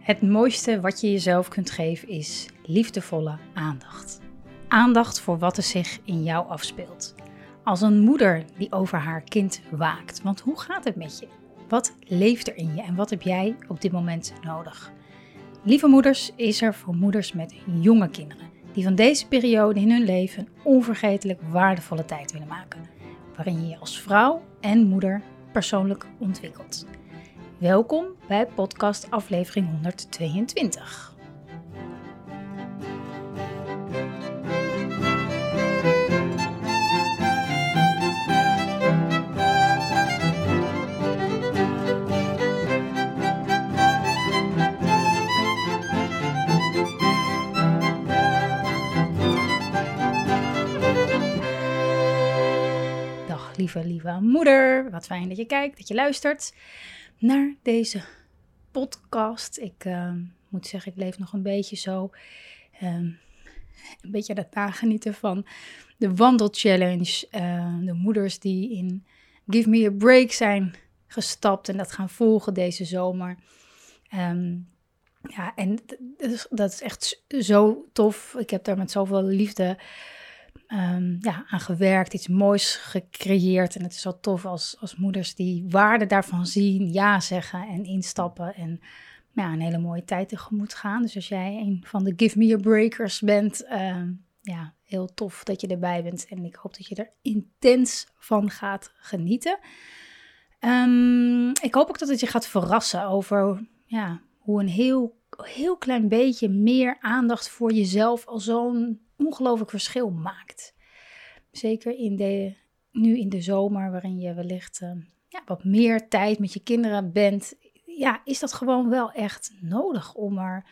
Het mooiste wat je jezelf kunt geven is liefdevolle aandacht. Aandacht voor wat er zich in jou afspeelt. Als een moeder die over haar kind waakt. Want hoe gaat het met je? Wat leeft er in je en wat heb jij op dit moment nodig? Lieve Moeders is er voor moeders met jonge kinderen. Die van deze periode in hun leven een onvergetelijk waardevolle tijd willen maken. Waarin je je als vrouw en moeder persoonlijk ontwikkelt. Welkom bij podcast aflevering 122. Dag lieve moeder, wat fijn dat je kijkt, dat je luistert naar deze podcast. Ik moet zeggen, ik leef nog een beetje zo, een beetje aan het nagenieten van de wandelchallenge. De moeders die in Give Me a Break zijn gestapt en dat gaan volgen deze zomer. Ja, en dat is echt zo tof. Ik heb daar met zoveel liefde aan gewerkt, iets moois gecreëerd. En het is zo tof als moeders die waarde daarvan zien, ja zeggen en instappen. En een hele mooie tijd tegemoet gaan. Dus als jij een van de Give Me a Breakers bent, heel tof dat je erbij bent. En ik hoop dat je er intens van gaat genieten. Ik hoop ook dat het je gaat verrassen over hoe een heel klein beetje meer aandacht voor jezelf al zo'n ongelooflijk verschil maakt. Zeker nu in de zomer, waarin je wellicht wat meer tijd met je kinderen bent, is dat gewoon wel echt nodig om er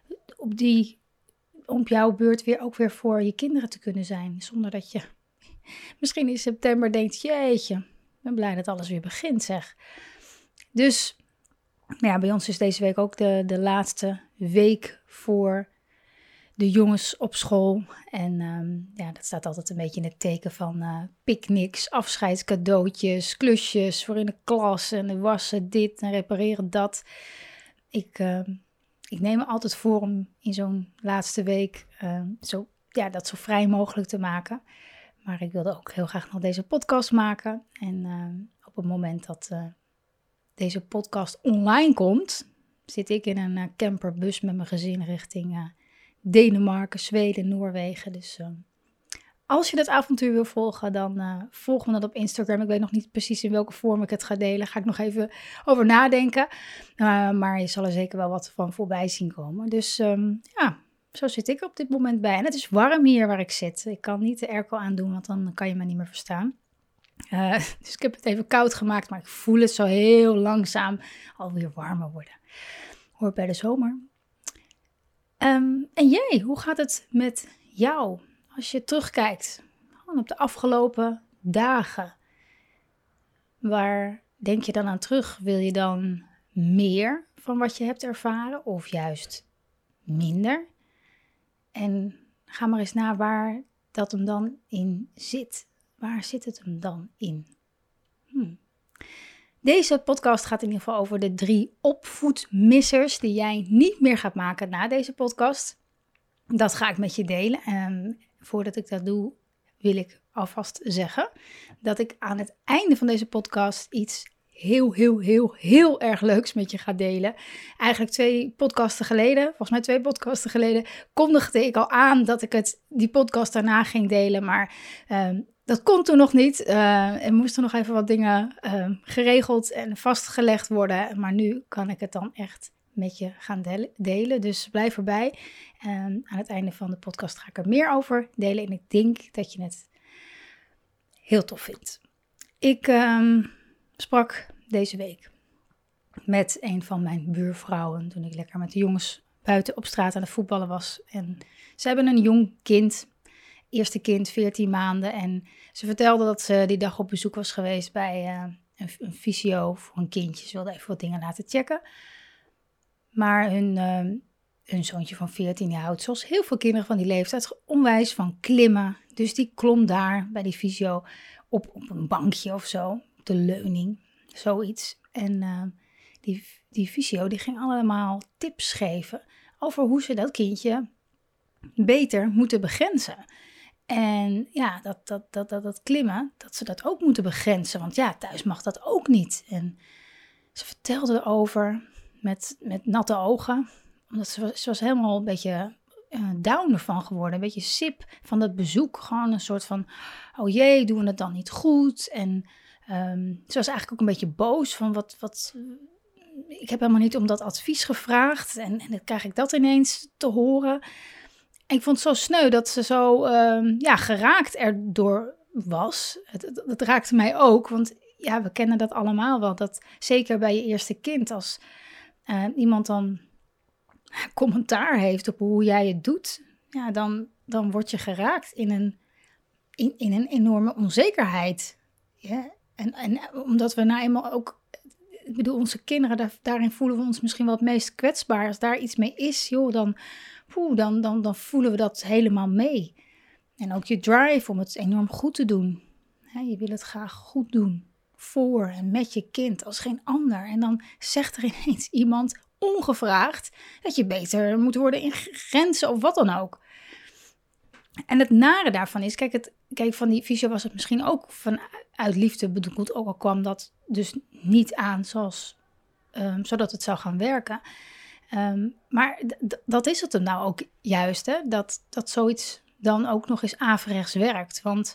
op jouw beurt ook weer voor je kinderen te kunnen zijn. Zonder dat je misschien in september denkt, jeetje, ik ben blij dat alles weer begint, zeg. Dus bij ons is deze week ook de laatste week voor de jongens op school. En dat staat altijd een beetje in het teken van picknicks, afscheidscadeautjes, klusjes voor in de klas en wassen dit en repareren dat. Ik neem me altijd voor om in zo'n laatste week dat zo vrij mogelijk te maken. Maar ik wilde ook heel graag nog deze podcast maken. En op het moment dat deze podcast online komt, zit ik in een camperbus met mijn gezin richting Denemarken, Zweden, Noorwegen. Dus als je dat avontuur wil volgen, dan volg me dat op Instagram. Ik weet nog niet precies in welke vorm ik het ga delen. Ga ik nog even over nadenken. Maar je zal er zeker wel wat van voorbij zien komen. Dus zo zit ik op dit moment bij. En het is warm hier waar ik zit. Ik kan niet de airco aandoen, want dan kan je me niet meer verstaan. Dus ik heb het even koud gemaakt, maar ik voel het zo heel langzaam alweer warmer worden. Hoort bij de zomer. En jij, hoe gaat het met jou? Als je terugkijkt gewoon op de afgelopen dagen. Waar denk je dan aan terug? Wil je dan meer van wat je hebt ervaren of juist minder? En ga maar eens na waar dat hem dan in zit. Waar zit het hem dan in? Deze podcast gaat in ieder geval over de 3 opvoedmissers die jij niet meer gaat maken na deze podcast. Dat ga ik met je delen. En voordat ik dat doe, wil ik alvast zeggen dat ik aan het einde van deze podcast iets heel erg leuks met je ga delen. Eigenlijk 2 podcasten geleden, kondigde ik al aan dat ik die podcast daarna ging delen, maar dat kon toen nog niet. Er moesten nog even wat dingen geregeld en vastgelegd worden. Maar nu kan ik het dan echt met je gaan delen. Dus blijf erbij. Aan het einde van de podcast ga ik er meer over delen. En ik denk dat je het heel tof vindt. Ik sprak deze week met een van mijn buurvrouwen toen ik lekker met de jongens buiten op straat aan het voetballen was. En ze hebben een jong kind. Eerste kind, 14 maanden. En ze vertelde dat ze die dag op bezoek was geweest bij een fysio voor een kindje. Ze wilde even wat dingen laten checken. Maar hun zoontje van 14 jaar houdt, zoals heel veel kinderen van die leeftijd, onwijs van klimmen. Dus die klom daar bij die fysio op een bankje of zo, op de leuning, zoiets. En die die fysio, die ging allemaal tips geven over hoe ze dat kindje beter moeten begrenzen. En ja, dat klimmen, dat ze dat ook moeten begrenzen. Want ja, thuis mag dat ook niet. En ze vertelde erover met natte ogen. Omdat ze was helemaal een beetje down ervan geworden. Een beetje sip van dat bezoek. Gewoon een soort van, oh jee, doen we het dan niet goed? En ze was eigenlijk ook een beetje boos van wat ik heb helemaal niet om dat advies gevraagd. En dan krijg ik dat ineens te horen. En ik vond het zo sneu dat ze zo geraakt erdoor was. Het raakte mij ook, want ja, we kennen dat allemaal wel. Dat zeker bij je eerste kind, als iemand dan commentaar heeft op hoe jij het doet, ja, dan word je geraakt in een enorme onzekerheid. Ja? En omdat we nou eenmaal ook, ik bedoel, onze kinderen, daarin voelen we ons misschien wel het meest kwetsbaar. Als daar iets mee is, joh, dan voelen we dat helemaal mee. En ook je drive om het enorm goed te doen. Je wil het graag goed doen. Voor en met je kind als geen ander. En dan zegt er ineens iemand ongevraagd dat je beter moet worden in grenzen of wat dan ook. En het nare daarvan is, kijk, van die fysio was het misschien ook vanuit liefde bedoeld. Ook al kwam dat dus niet aan zodat het zou gaan werken. Maar dat is het hem nou ook juist, hè? Dat zoiets dan ook nog eens averechts werkt. Want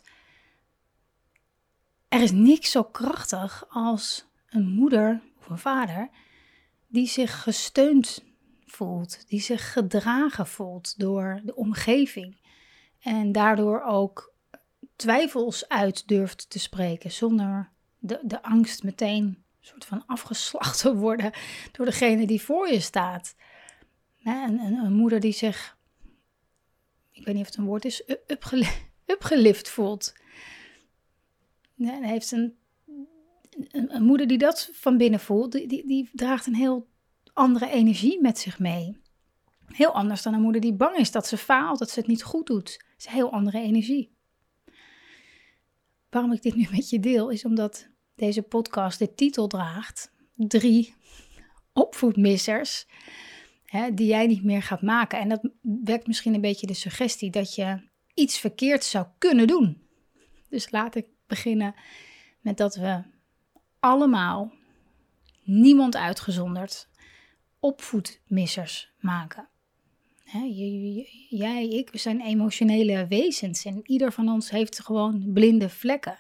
er is niks zo krachtig als een moeder of een vader die zich gesteund voelt, die zich gedragen voelt door de omgeving. En daardoor ook twijfels uit durft te spreken zonder de angst meteen een soort van afgeslacht te worden door degene die voor je staat. Een moeder die zich, ik weet niet of het een woord is, upgelift voelt. En heeft een moeder die dat van binnen voelt, die draagt een heel andere energie met zich mee. Heel anders dan een moeder die bang is dat ze faalt, dat ze het niet goed doet. Het is een heel andere energie. Waarom ik dit nu met je deel, is omdat deze podcast de titel draagt: 3 opvoedmissers die jij niet meer gaat maken. En dat wekt misschien een beetje de suggestie dat je iets verkeerd zou kunnen doen. Dus laat ik beginnen met dat we allemaal, niemand uitgezonderd, opvoedmissers maken. Jij, ik, we zijn emotionele wezens en ieder van ons heeft gewoon blinde vlekken.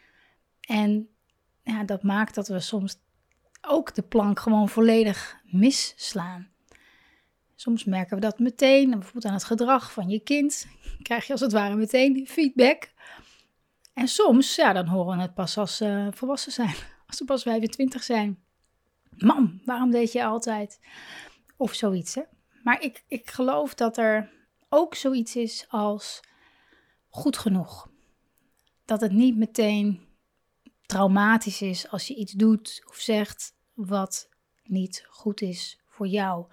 En ja, dat maakt dat we soms ook de plank gewoon volledig misslaan. Soms merken we dat meteen, bijvoorbeeld aan het gedrag van je kind, krijg je als het ware meteen feedback. En soms, ja, dan horen we het pas als ze volwassen zijn, als ze pas 25 zijn. Mam, waarom deed je altijd? Of zoiets, hè. Maar ik geloof dat er ook zoiets is als goed genoeg. Dat het niet meteen traumatisch is als je iets doet of zegt wat niet goed is voor jou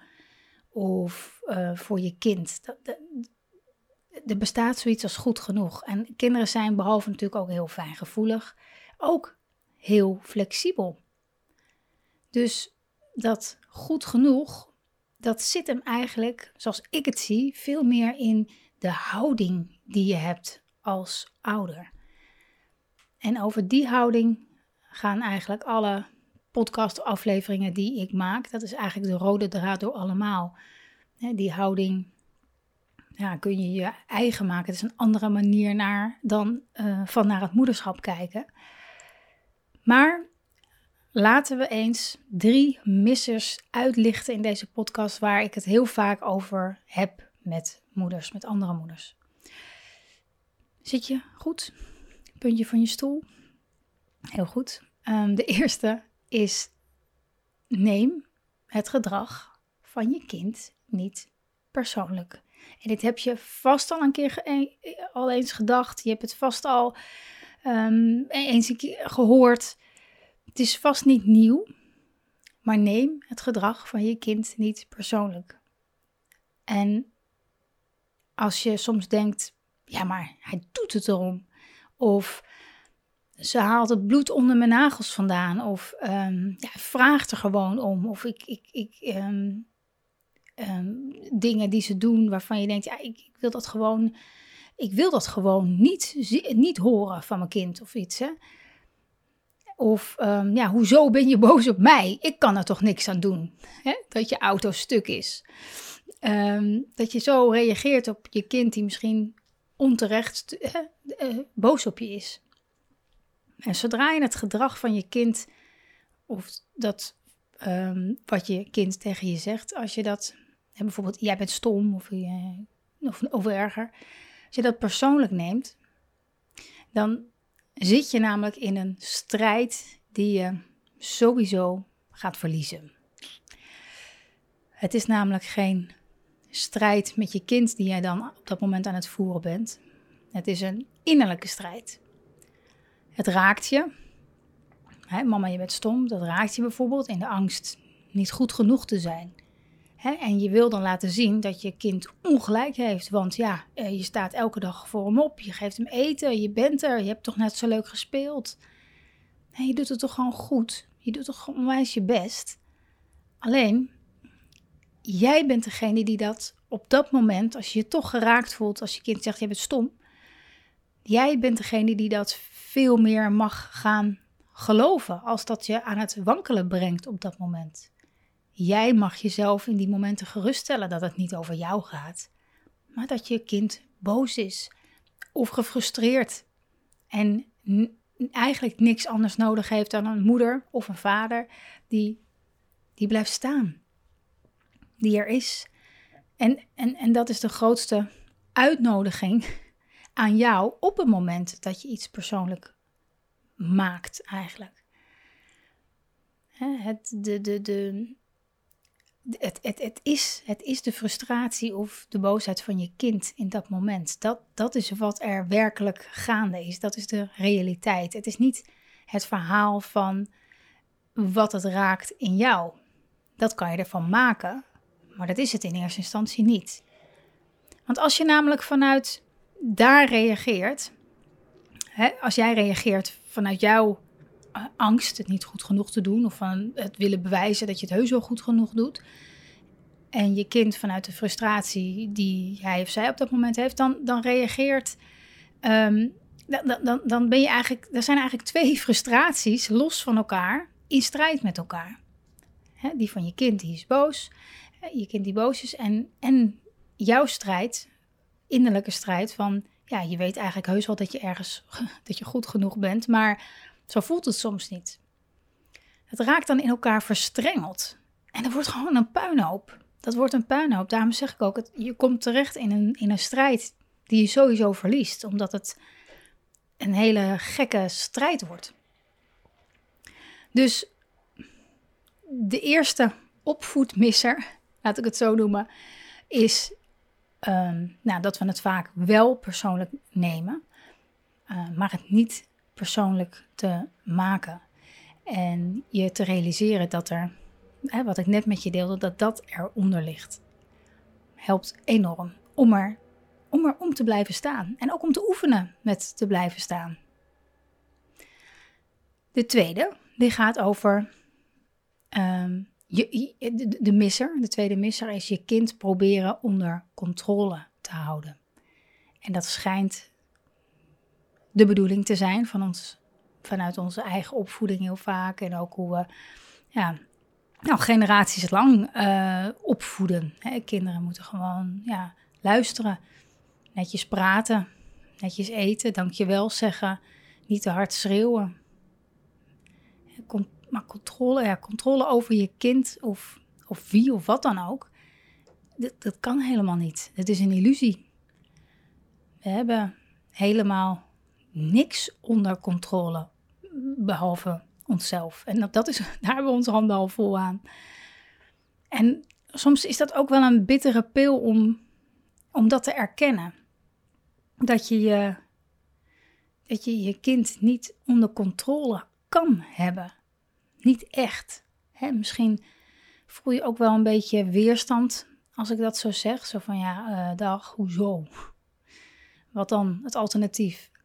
of voor je kind. Er bestaat zoiets als goed genoeg. En kinderen zijn behalve natuurlijk ook heel fijngevoelig, ook heel flexibel. Dus dat goed genoeg, dat zit hem eigenlijk, zoals ik het zie, veel meer in de houding die je hebt als ouder. En over die houding gaan eigenlijk alle podcastafleveringen die ik maak. Dat is eigenlijk de rode draad door allemaal. Die houding kun je je eigen maken. Het is een andere manier dan naar het moederschap kijken. Maar laten we eens 3 missers uitlichten in deze podcast waar ik het heel vaak over heb met moeders, met andere moeders. Zit je goed? Puntje van je stoel? Heel goed. De eerste is: neem het gedrag van je kind niet persoonlijk. En dit heb je vast al een keer al eens gedacht. Je hebt het vast al eens een keer gehoord. Het is vast niet nieuw, maar neem het gedrag van je kind niet persoonlijk. En als je soms denkt, ja, maar hij doet het erom. Of ze haalt het bloed onder mijn nagels vandaan. Of vraagt er gewoon om. Of dingen die ze doen waarvan je denkt, ja, ik wil dat gewoon niet horen van mijn kind of iets. Hè? Of hoezo ben je boos op mij? Ik kan er toch niks aan doen, hè? Dat je auto stuk is. Dat je zo reageert op je kind die misschien onterecht boos op je is. En zodra je het gedrag van je kind of dat wat je kind tegen je zegt, als je dat, bijvoorbeeld jij bent stom of erger, als je dat persoonlijk neemt, dan zit je namelijk in een strijd die je sowieso gaat verliezen. Het is namelijk geen strijd met je kind die jij dan op dat moment aan het voeren bent. Het is een innerlijke strijd. Het raakt je. Mama, je bent stom. Dat raakt je bijvoorbeeld in de angst niet goed genoeg te zijn. En je wil dan laten zien dat je kind ongelijk heeft. Want ja, je staat elke dag voor hem op. Je geeft hem eten. Je bent er. Je hebt toch net zo leuk gespeeld. Je doet het toch gewoon goed. Je doet toch onwijs je best. Alleen, jij bent degene die dat op dat moment, als je je toch geraakt voelt, als je kind zegt, je bent stom. Jij bent degene die dat veel meer mag gaan geloven, als dat je aan het wankelen brengt op dat moment. Jij mag jezelf in die momenten geruststellen dat het niet over jou gaat, maar dat je kind boos is of gefrustreerd en eigenlijk niks anders nodig heeft dan een moeder of een vader die blijft staan, die er is. En dat is de grootste uitnodiging aan jou op het moment dat je iets persoonlijk maakt eigenlijk. Het is de frustratie of de boosheid van je kind in dat moment. Dat is wat er werkelijk gaande is. Dat is de realiteit. Het is niet het verhaal van wat het raakt in jou. Dat kan je ervan maken, maar dat is het in eerste instantie niet. Want als je namelijk vanuit daar reageert, als jij reageert vanuit jouw angst het niet goed genoeg te doen of van het willen bewijzen dat je het heus wel goed genoeg doet, en je kind vanuit de frustratie die hij of zij op dat moment heeft, dan reageert, dan ben je eigenlijk, er zijn eigenlijk twee frustraties los van elkaar in strijd met elkaar. Die van je kind, die is boos, je kind die boos is en jouw strijd, innerlijke strijd van, ja, je weet eigenlijk heus wel dat je goed genoeg bent, maar zo voelt het soms niet. Het raakt dan in elkaar verstrengeld en dat wordt gewoon een puinhoop. Dat wordt een puinhoop. Daarom zeg ik ook, je komt terecht in een strijd die je sowieso verliest, omdat het een hele gekke strijd wordt. Dus de eerste opvoedmisser, laat ik het zo noemen, is dat we het vaak wel persoonlijk nemen, maar het niet persoonlijk te maken. En je te realiseren dat er, wat ik net met je deelde, dat eronder ligt. Helpt enorm om te blijven staan. En ook om te oefenen met te blijven staan. De tweede, die gaat over de misser. De tweede misser is je kind proberen onder controle te houden. En dat schijnt de bedoeling te zijn vanuit onze eigen opvoeding heel vaak. En ook hoe we generaties lang opvoeden. Kinderen moeten gewoon luisteren, netjes praten, netjes eten, dankjewel zeggen, niet te hard schreeuwen. Maar controle over je kind of wie of wat dan ook, dat kan helemaal niet. Het is een illusie. We hebben helemaal niks onder controle, behalve onszelf. En daar hebben we onze handen al vol aan. En soms is dat ook wel een bittere pil om dat te erkennen. Dat je je kind niet onder controle kan hebben. Niet echt. Misschien voel je ook wel een beetje weerstand als ik dat zo zeg. Zo van dag, hoezo? Wat dan het alternatief?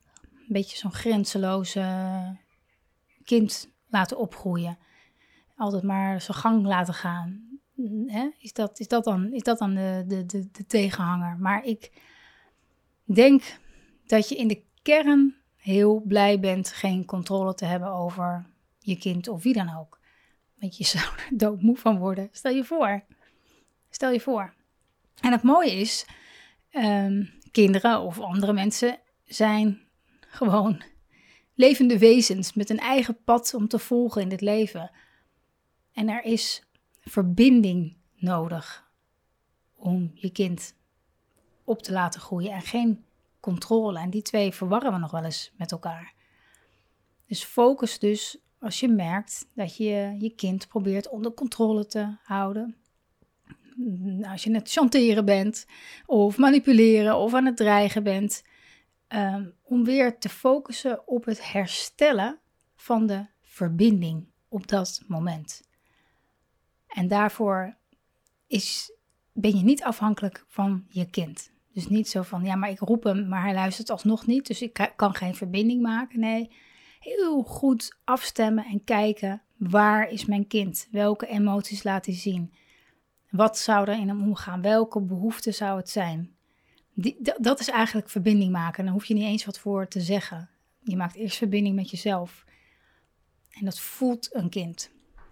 een beetje zo'n grenzeloze kind laten opgroeien. Altijd maar zijn gang laten gaan. Hè? Is dat dan de tegenhanger? Maar ik denk dat je in de kern heel blij bent geen controle te hebben over je kind of wie dan ook. Want je zou er doodmoe van worden. Stel je voor. En het mooie is, kinderen of andere mensen zijn gewoon levende wezens met een eigen pad om te volgen in dit leven. En er is verbinding nodig om je kind op te laten groeien en geen controle. En die twee verwarren we nog wel eens met elkaar. Dus focus dus als je merkt dat je je kind probeert onder controle te houden. Als je aan het chanteren bent of manipuleren of aan het dreigen bent. Om weer te focussen op het herstellen van de verbinding op dat moment. En daarvoor ben je niet afhankelijk van je kind. Dus niet zo van, ja, maar ik roep hem, maar hij luistert alsnog niet. Dus ik kan geen verbinding maken. Nee, heel goed afstemmen en kijken, waar is mijn kind? Welke emoties laat hij zien? Wat zou er in hem omgaan? Welke behoefte zou het zijn? Dat is eigenlijk verbinding maken. Daar hoef je niet eens wat voor te zeggen. Je maakt eerst verbinding met jezelf. En dat voelt een kind.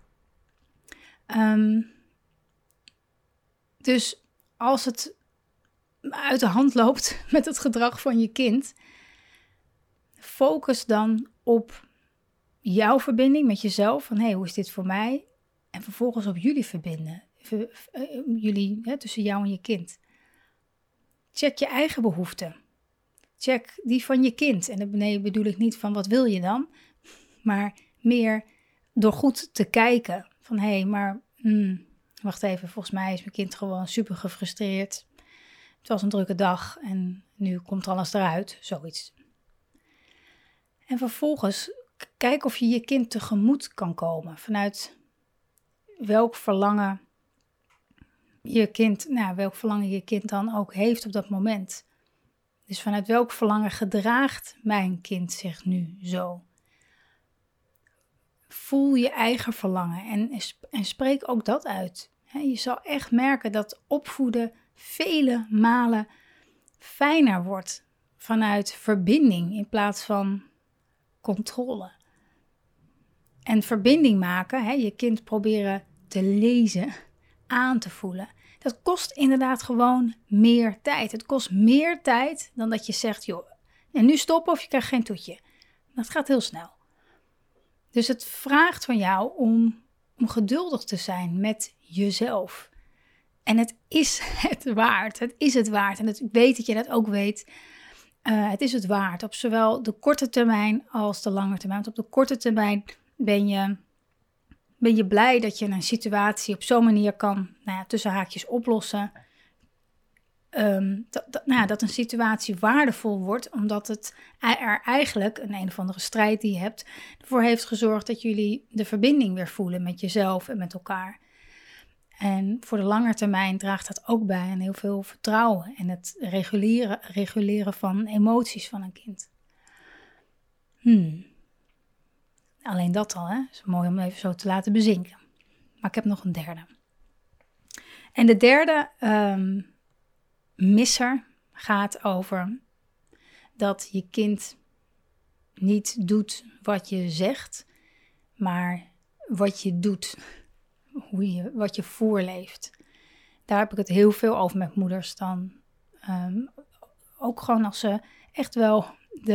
Dus als het uit de hand loopt met het gedrag van je kind, focus dan op jouw verbinding met jezelf. Van hoe is dit voor mij? En vervolgens op jullie verbinden. Tussen jou en je kind. Check je eigen behoeften. Check die van je kind. En daarmee bedoel ik niet van wat wil je dan? Maar meer door goed te kijken. Van wacht even, volgens mij is mijn kind gewoon super gefrustreerd. Het was een drukke dag en nu komt alles eruit, zoiets. En vervolgens kijk of je je kind tegemoet kan komen. Vanuit welk verlangen je kind dan ook heeft op dat moment. Dus vanuit welk verlangen gedraagt mijn kind zich nu zo? Voel je eigen verlangen en spreek ook dat uit. Je zal echt merken dat opvoeden vele malen fijner wordt vanuit verbinding in plaats van controle. En verbinding maken, je kind proberen te lezen, aan te voelen. Dat kost inderdaad gewoon meer tijd. Het kost meer tijd dan dat je zegt, joh, en nu stoppen of je krijgt geen toetje. Dat gaat heel snel. Dus het vraagt van jou om geduldig te zijn met jezelf. En het is het waard. Het is het waard. En ik weet dat je dat ook weet. Het is het waard. Op zowel de korte termijn als de lange termijn. Want op de korte termijn ben je blij dat je een situatie op zo'n manier kan, tussen haakjes oplossen. Dat een situatie waardevol wordt, omdat het er eigenlijk, een of andere strijd die je hebt, ervoor heeft gezorgd dat jullie de verbinding weer voelen met jezelf en met elkaar. En voor de lange termijn draagt dat ook bij aan heel veel vertrouwen en het reguleren van emoties van een kind. Alleen dat al, is mooi om even zo te laten bezinken. Maar ik heb nog een derde. En de derde misser gaat over dat je kind niet doet wat je zegt, maar wat je doet, wat je voorleeft. Daar heb ik het heel veel over met moeders dan. Ook gewoon als ze echt wel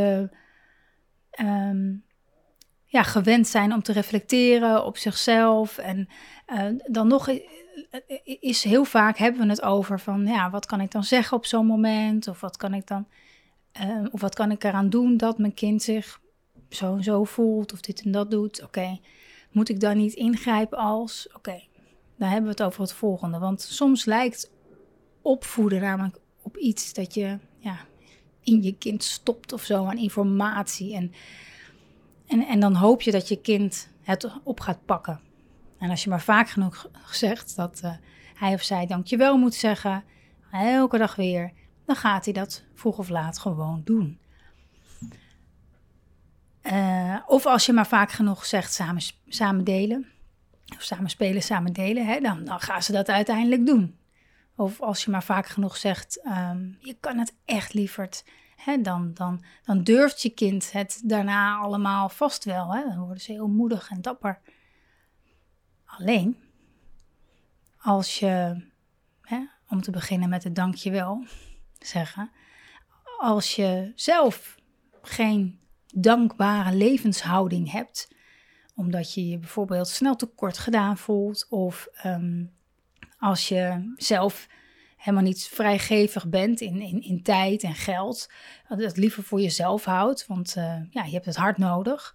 gewend zijn om te reflecteren op zichzelf. En dan nog is heel vaak hebben we het over van, wat kan ik dan zeggen op zo'n moment? Of wat kan ik eraan doen dat mijn kind zich zo en zo voelt of dit en dat doet? Oké, moet ik dan niet ingrijpen als? Oké, dan hebben we het over het volgende. Want soms lijkt opvoeden namelijk op iets dat je in je kind stopt of zo aan informatie. En dan hoop je dat je kind het op gaat pakken. En als je maar vaak genoeg zegt dat hij of zij dankjewel moet zeggen, elke dag weer, dan gaat hij dat vroeg of laat gewoon doen. Of als je maar vaak genoeg zegt samen delen. Of samen spelen, samen delen. Hè, dan gaan ze dat uiteindelijk doen. Of als je maar vaak genoeg zegt, je kan het echt lieverd. Hè, dan durft je kind het daarna allemaal vast wel. Hè? Dan worden ze heel moedig en dapper. Alleen, als je, om te beginnen met het dankjewel zeggen. Als je zelf geen dankbare levenshouding hebt, omdat je je bijvoorbeeld snel tekort gedaan voelt, of als je zelf helemaal niet vrijgevig bent in tijd en geld, dat het liever voor jezelf houdt, want je hebt het hard nodig.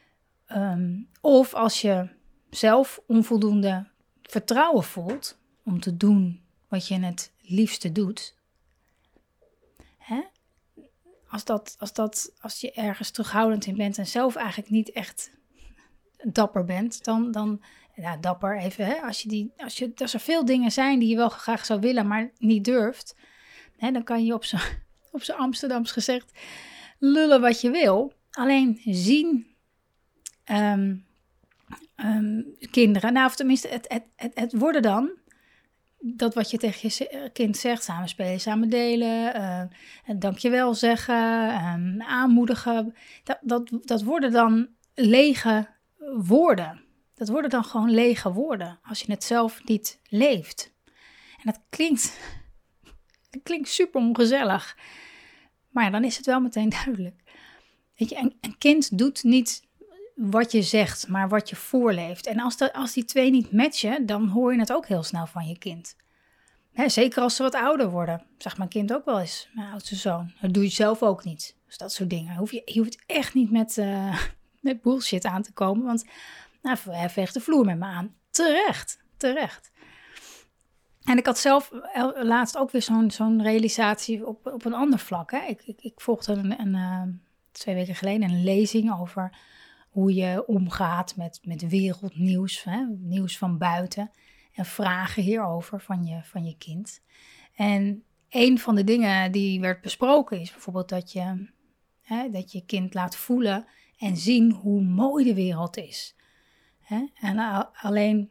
Of als je zelf onvoldoende vertrouwen voelt om te doen wat je het liefste doet. Hè? Als je ergens terughoudend in bent en zelf eigenlijk niet echt dapper bent, dan dapper even. Hè? Als er veel dingen zijn die je wel graag zou willen, maar niet durft, hè, dan kan je op z'n Amsterdams gezegd lullen wat je wil. Alleen zien kinderen, nou of tenminste het worden dan, dat wat je tegen je kind zegt, samen spelen, samen delen, dankjewel zeggen, aanmoedigen, dat worden dan lege woorden. Dat worden dan gewoon lege woorden, als je het zelf niet leeft. En dat klinkt super ongezellig, maar ja, dan is het wel meteen duidelijk. Weet je, een kind doet niet wat je zegt, maar wat je voorleeft. En als die twee niet matchen, dan hoor je het ook heel snel van je kind. Hè, zeker als ze wat ouder worden. Zegt mijn kind ook wel eens, mijn oudste zoon. Dat doe je zelf ook niet. Dus dat soort dingen. Je hoeft echt niet met bullshit aan te komen, want hij veegt de vloer met me aan. Terecht. En ik had zelf laatst ook weer zo'n realisatie op een ander vlak. Hè. Ik volgde 2 weken geleden een lezing over hoe je omgaat met wereldnieuws, hè, nieuws van buiten en vragen hierover van je kind. En een van de dingen die werd besproken is bijvoorbeeld dat je kind laat voelen en zien hoe mooi de wereld is. Hè? En alleen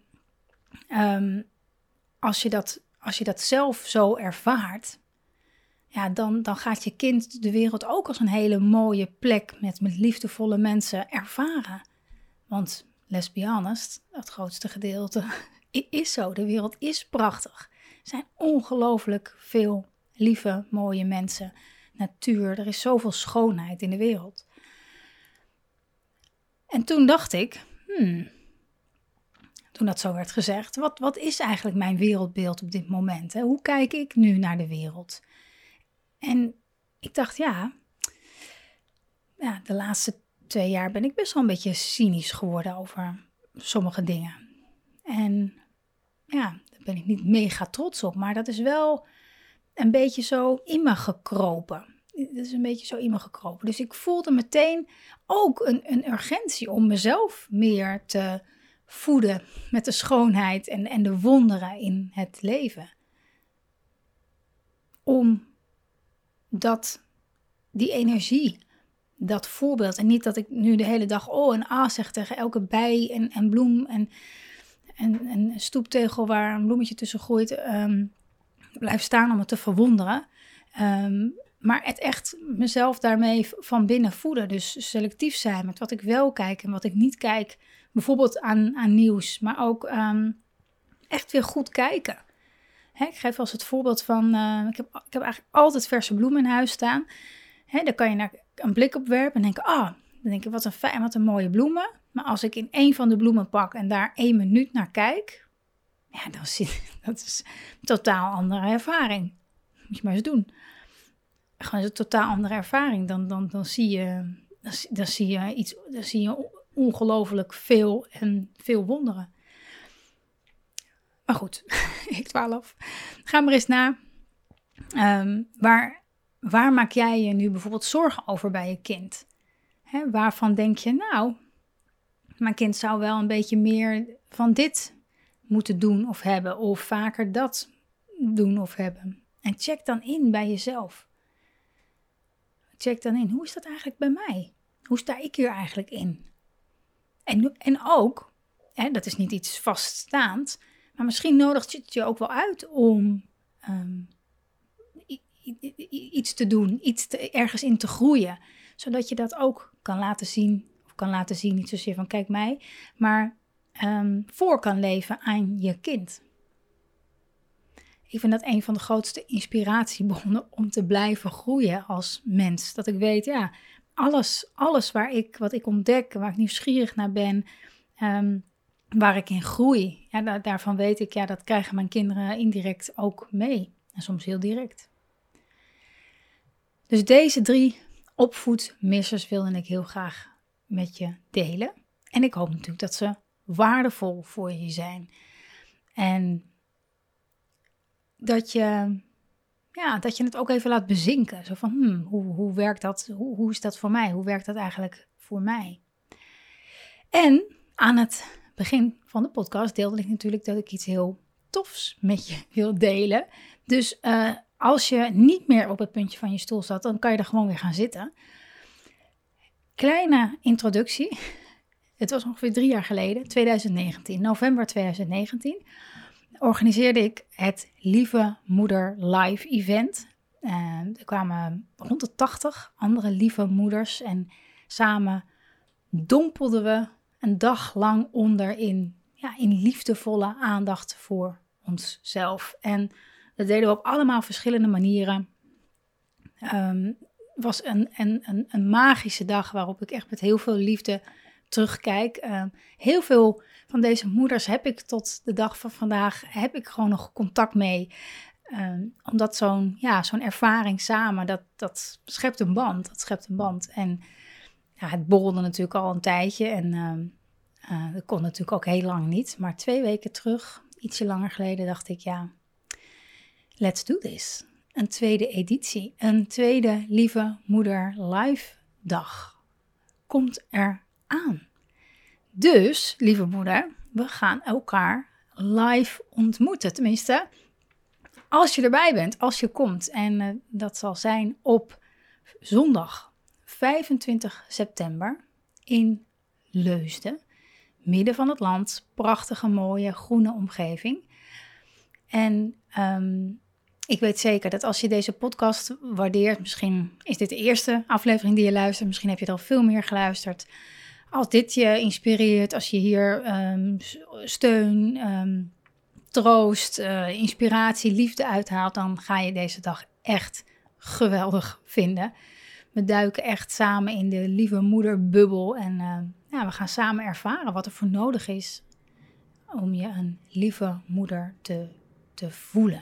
als je dat zelf zo ervaart, ja, dan gaat je kind de wereld ook als een hele mooie plek met liefdevolle mensen ervaren. Want, let's be honest, het grootste gedeelte is zo. De wereld is prachtig. Er zijn ongelooflijk veel lieve, mooie mensen, natuur. Er is zoveel schoonheid in de wereld. En toen dacht ik, toen dat zo werd gezegd, wat is eigenlijk mijn wereldbeeld op dit moment? Hè? Hoe kijk ik nu naar de wereld? En ik dacht, de laatste 2 jaar ben ik best wel een beetje cynisch geworden over sommige dingen. En daar ben ik niet mega trots op, maar dat is wel een beetje zo in me gekropen. Dus ik voelde meteen ook een urgentie om mezelf meer te voeden met de schoonheid en de wonderen in het leven. Die energie, dat voorbeeld. En niet dat ik nu de hele dag en zeg tegen elke bij en bloem en een stoeptegel waar een bloemetje tussen groeit, blijf staan om het te verwonderen. Maar het echt mezelf daarmee van binnen voeden. Dus selectief zijn met wat ik wel kijk en wat ik niet kijk. Bijvoorbeeld aan nieuws, maar ook echt weer goed kijken. Ik geef als het voorbeeld van, ik heb eigenlijk altijd verse bloemen in huis staan. Daar kan je een blik op werpen en denken, wat een mooie bloemen. Maar als ik in één van de bloemen pak en daar 1 minuut naar kijk, dat is een totaal andere ervaring. Moet je maar eens doen. Gewoon een totaal andere ervaring. Dan zie je ongelooflijk veel en veel wonderen. Maar goed, ik dwaal af. Ga maar eens na. Waar maak jij je nu bijvoorbeeld zorgen over bij je kind? Waarvan denk je, mijn kind zou wel een beetje meer van dit moeten doen of hebben. Of vaker dat doen of hebben. En check dan in bij jezelf. Check dan in, hoe is dat eigenlijk bij mij? Hoe sta ik hier eigenlijk in? En ook, dat is niet iets vaststaand, maar misschien nodigt het je ook wel uit om iets te doen, ergens in te groeien. Zodat je dat ook kan laten zien, niet zozeer van kijk mij, maar voor kan leven aan je kind. Ik vind dat een van de grootste inspiratiebronnen om te blijven groeien als mens. Dat ik weet, alles wat ik ontdek, waar ik nieuwsgierig naar ben, waar ik in groei. Ja, daarvan weet ik, dat krijgen mijn kinderen indirect ook mee. En soms heel direct. Dus deze 3 opvoedmissers wilde ik heel graag met je delen. En ik hoop natuurlijk dat ze waardevol voor je zijn. En dat je het ook even laat bezinken. Zo van, hoe werkt dat? Hoe is dat voor mij? Hoe werkt dat eigenlijk voor mij? En aan het begin van de podcast deelde ik natuurlijk dat ik iets heel tofs met je wil delen. Dus als je niet meer op het puntje van je stoel zat, dan kan je er gewoon weer gaan zitten. Kleine introductie. Het was ongeveer 3 jaar geleden, 2019, november 2019, organiseerde ik het Lieve Moeder Live Event. Er kwamen 180 andere lieve moeders en samen dompelden we een dag lang onder in liefdevolle aandacht voor onszelf. En dat deden we op allemaal verschillende manieren. Het was een magische dag waarop ik echt met heel veel liefde terugkijk. Heel veel van deze moeders heb ik tot de dag van vandaag gewoon nog contact mee. Omdat zo'n ervaring samen, dat schept een band. En het borrelde natuurlijk al een tijdje en dat kon natuurlijk ook heel lang niet. Maar 2 weken terug, ietsje langer geleden, dacht ik let's do this. Een tweede editie, een tweede Lieve Moeder Live dag komt er aan. Dus, lieve moeder, we gaan elkaar live ontmoeten. Tenminste, als je erbij bent, als je komt. En dat zal zijn op zondag 25 september in Leusden. Midden van het land, prachtige, mooie, groene omgeving. En ik weet zeker dat als je deze podcast waardeert, misschien is dit de eerste aflevering die je luistert, misschien heb je er al veel meer geluisterd. Als dit je inspireert, als je hier steun, troost, inspiratie, liefde uithaalt, dan ga je deze dag echt geweldig vinden. We duiken echt samen in de lieve moederbubbel en we gaan samen ervaren wat er voor nodig is om je een lieve moeder te voelen.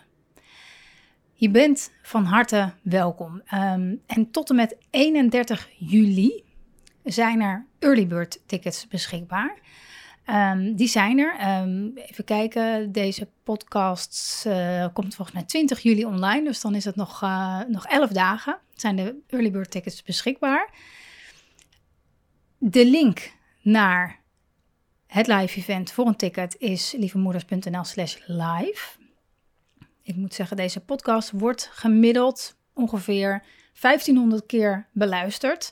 Je bent van harte welkom. En tot en met 31 juli zijn er early bird tickets beschikbaar. Die zijn er. Even kijken, deze podcast komt volgens mij 20 juli online. Dus dan is het nog 11 dagen. Zijn de early bird tickets beschikbaar. De link naar het live event voor een ticket is lievemoeders.nl/live. Ik moet zeggen, deze podcast wordt gemiddeld ongeveer 1500 keer beluisterd.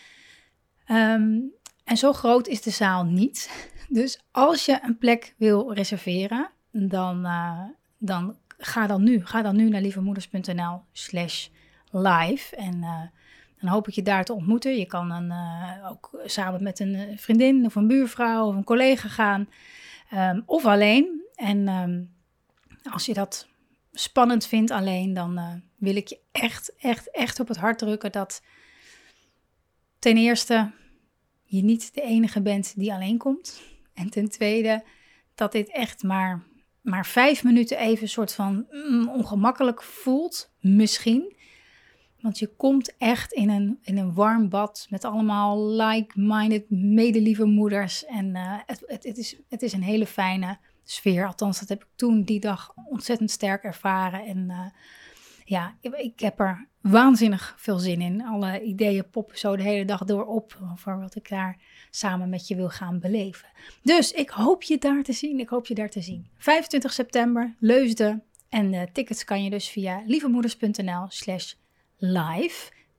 En zo groot is de zaal niet. Dus als je een plek wil reserveren, dan ga dan nu naar lievemoeders.nl/live. En dan hoop ik je daar te ontmoeten. Je kan dan ook samen met een vriendin of een buurvrouw of een collega gaan. Of alleen. En als je dat spannend vindt alleen, dan wil ik je echt op het hart drukken dat ten eerste je niet de enige bent die alleen komt. En ten tweede dat dit echt maar 5 minuten even een soort van ongemakkelijk voelt. Misschien. Want je komt echt in een warm bad met allemaal like-minded medelieve moeders. En het is een hele fijne sfeer. Althans, dat heb ik toen die dag ontzettend sterk ervaren. En ik heb er waanzinnig veel zin in. Alle ideeën poppen zo de hele dag door op voor wat ik daar samen met je wil gaan beleven. Dus ik hoop je daar te zien. 25 september, Leusden. En de tickets kan je dus via lievemoeders.nl/live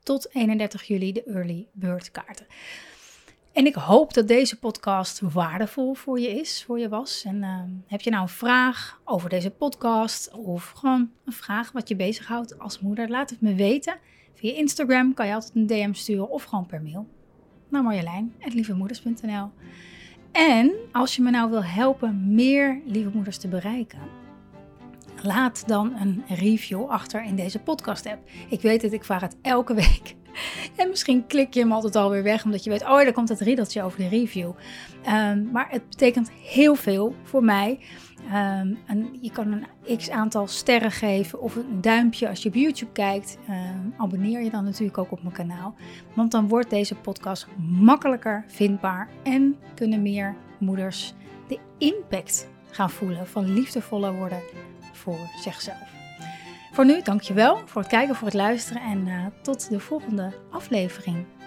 tot 31 juli de Early Bird kaarten. En ik hoop dat deze podcast waardevol voor je was. En heb je nou een vraag over deze podcast of gewoon een vraag wat je bezighoudt als moeder? Laat het me weten. Via Instagram kan je altijd een DM sturen of gewoon per mail naar Marjolein@lievemoeders.nl. En als je me nou wil helpen meer lieve moeders te bereiken, laat dan een review achter in deze podcast app. Ik weet het, ik vraag het elke week. En misschien klik je hem altijd alweer weg, omdat je weet, daar komt het riedeltje over de review. Maar het betekent heel veel voor mij. En je kan een x-aantal sterren geven of een duimpje als je op YouTube kijkt. Abonneer je dan natuurlijk ook op mijn kanaal. Want dan wordt deze podcast makkelijker vindbaar en kunnen meer moeders de impact gaan voelen van liefdevoller worden voor zichzelf. Voor nu, dankjewel voor het kijken, voor het luisteren en tot de volgende aflevering.